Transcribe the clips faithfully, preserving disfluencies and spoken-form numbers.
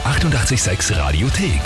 achtundachtzig Komma sechs Radiothek.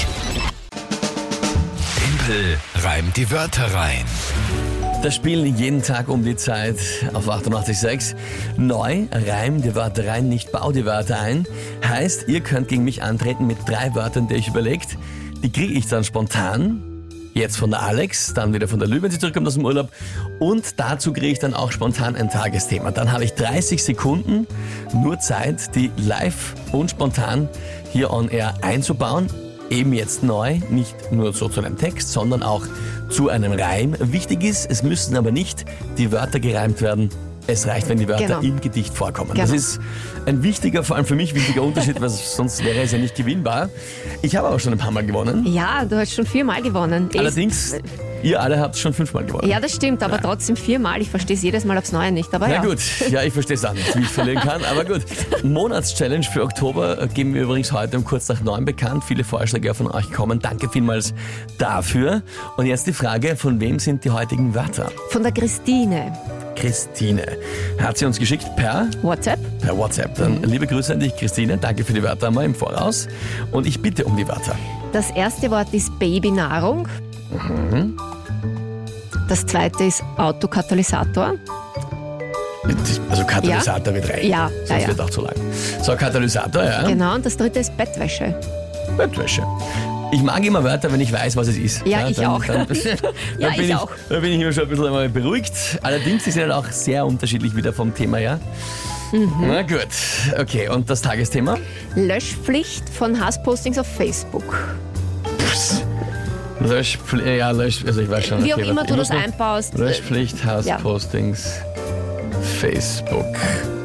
Tempel reimt die Wörter rein. Das spielen jeden Tag um die Zeit auf achtundachtzig Komma sechs. Neu, reim die Wörter rein, nicht bau die Wörter ein. Heißt, ihr könnt gegen mich antreten mit drei Wörtern, die ich überlegt. Die kriege ich dann spontan. Jetzt von der Alex, dann wieder von der Lü, wenn sie zurückkommt aus dem Urlaub. Und dazu kriege ich dann auch spontan ein Tagesthema. Dann habe ich dreißig Sekunden nur Zeit, die live und spontan hier on air einzubauen. Eben jetzt neu, nicht nur so zu einem Text, sondern auch zu einem Reim. Wichtig ist, es müssen aber nicht die Wörter gereimt werden. Es reicht, wenn die Wörter Genau. im Gedicht vorkommen. Genau. Das ist ein wichtiger, vor allem für mich wichtiger Unterschied, weil sonst wäre es ja nicht gewinnbar. Ich habe aber schon ein paar Mal gewonnen. Ja, du hast schon viermal gewonnen. Allerdings, ihr alle habt schon fünfmal gewonnen. Ja, das stimmt, aber Ja. trotzdem viermal. Ich verstehe es jedes Mal aufs Neue nicht. Aber Na ja. gut, ja, ich verstehe es auch nicht, wie ich verlieren kann, aber gut. Monatschallenge für Oktober geben wir übrigens heute um kurz nach neun bekannt. Viele Vorschläge von euch kommen. Danke vielmals dafür. Und jetzt die Frage, von wem sind die heutigen Wörter? Von der Christine. Christine hat sie uns geschickt per, WhatsApp. per WhatsApp. Dann liebe Grüße an dich, Christine. Danke für die Wörter einmal im Voraus. Und ich bitte um die Wörter. Das erste Wort ist Babynahrung. Mhm. Das zweite ist Autokatalysator. Also Katalysator wird rein. Ja, Sonst ja, ja. wird auch zu lang. So, Katalysator, ja. Genau, und das dritte ist Bettwäsche. Bettwäsche. Ich mag immer Wörter, wenn ich weiß, was es ist. Ja, ich auch. Dann, dann Ja, bin ich ich auch. Da bin ich immer schon ein bisschen einmal beruhigt. Allerdings, die sind halt auch sehr unterschiedlich wieder vom Thema her. Mhm. Na gut, okay. Und das Tagesthema? Löschpflicht von Hasspostings auf Facebook. Löschpflicht, ja, Lösch, also ich weiß schon. Wie auch okay, immer warte, du ich das muss noch- einbaust. Löschpflicht, Hasspostings, Facebook.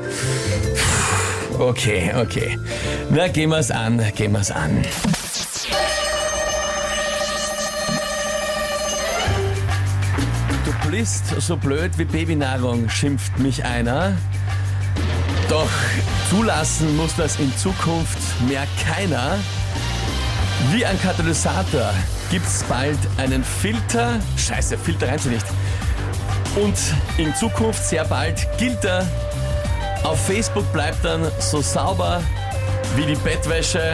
Okay, okay. Na, gehen wir's an, gehen wir's an. Du bist so blöd wie Babynahrung, schimpft mich einer. Doch zulassen muss das in Zukunft mehr keiner. Wie ein Katalysator gibt's bald einen Filter. Scheiße, Filter reimt sie nicht. Und in Zukunft sehr bald gilt er. Auf Facebook bleibt dann so sauber wie die Bettwäsche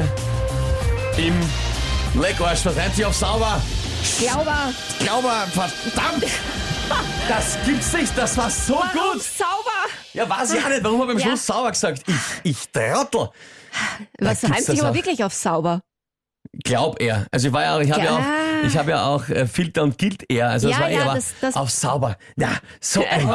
im Leckarsch. Was reimt sich auf sauber? Glauber, Glauber, verdammt! Das gibt's nicht, das war so warum gut! sauber? Ja, weiß ich auch nicht, warum habe ich am Ja. Schluss sauber gesagt? Ich, ich Trottel! Was gibt's reimt sich das aber auch? wirklich auf sauber? Glaub er. Also ich war ja, ich habe ja Ja. auch, ich habe ja auch äh, Filter und gilt er. Also das Ja, war ja, eher aber das- das- auf sauber. Ja, so ein.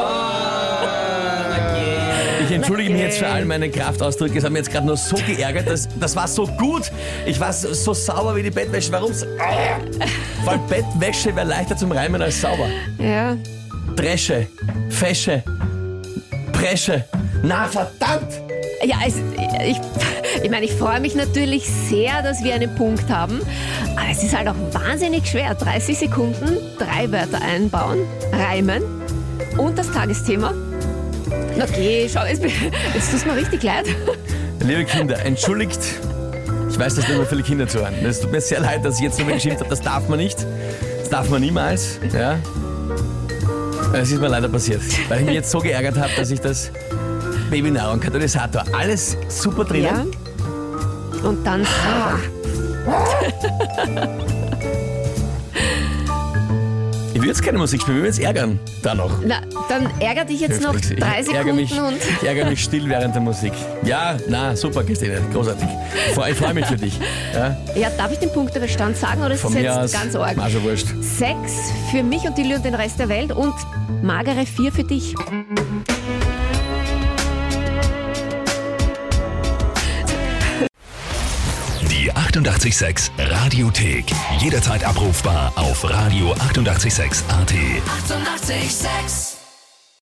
Ich entschuldige mich jetzt für all meine Kraftausdrücke. Es hat mich jetzt gerade nur so geärgert. Das, das war so gut. Ich war so, so sauber wie die Bettwäsche. Warum's? Weil Bettwäsche wäre leichter zum Reimen als sauber. Ja. Dresche, Fesche, Presche. Na verdammt! Ja, es, ich, ich meine, ich freue mich natürlich sehr, dass wir einen Punkt haben. Aber es ist halt auch wahnsinnig schwer. dreißig Sekunden, drei Wörter einbauen, reimen und das Tagesthema. Na okay, schau, jetzt, jetzt tut mir richtig leid. Liebe Kinder, entschuldigt. Ich weiß, dass da immer viele Kinder zuhören. Es tut mir sehr leid, dass ich jetzt so viel geschimpft habe. Das darf man nicht. Das darf man niemals. Ja. Es ist mir leider passiert. Weil ich mich jetzt so geärgert habe, dass ich das Babynahrung, Katalysator, alles super Ja. drinnen. Und dann sauber. Ich will jetzt keine Musik spielen, ich will jetzt ärgern. Da noch. Na, dann ärger dich jetzt noch Ich drei ärgere mich, Sekunden und... ich ärgere mich still während der Musik. Ja, na, super, Christine, großartig. Ich freue freu mich für dich. Ja, Ja, darf ich den Punktebestand sagen oder ist von das mir aus, jetzt ganz arg? also wurscht. Sechs für mich und die Lü und den Rest der Welt und magere vier für dich. Die achtundachtzig Komma sechs Radiothek. Jederzeit abrufbar auf radio achtundachtzig Komma sechs Punkt a t. achtundachtzig Komma sechs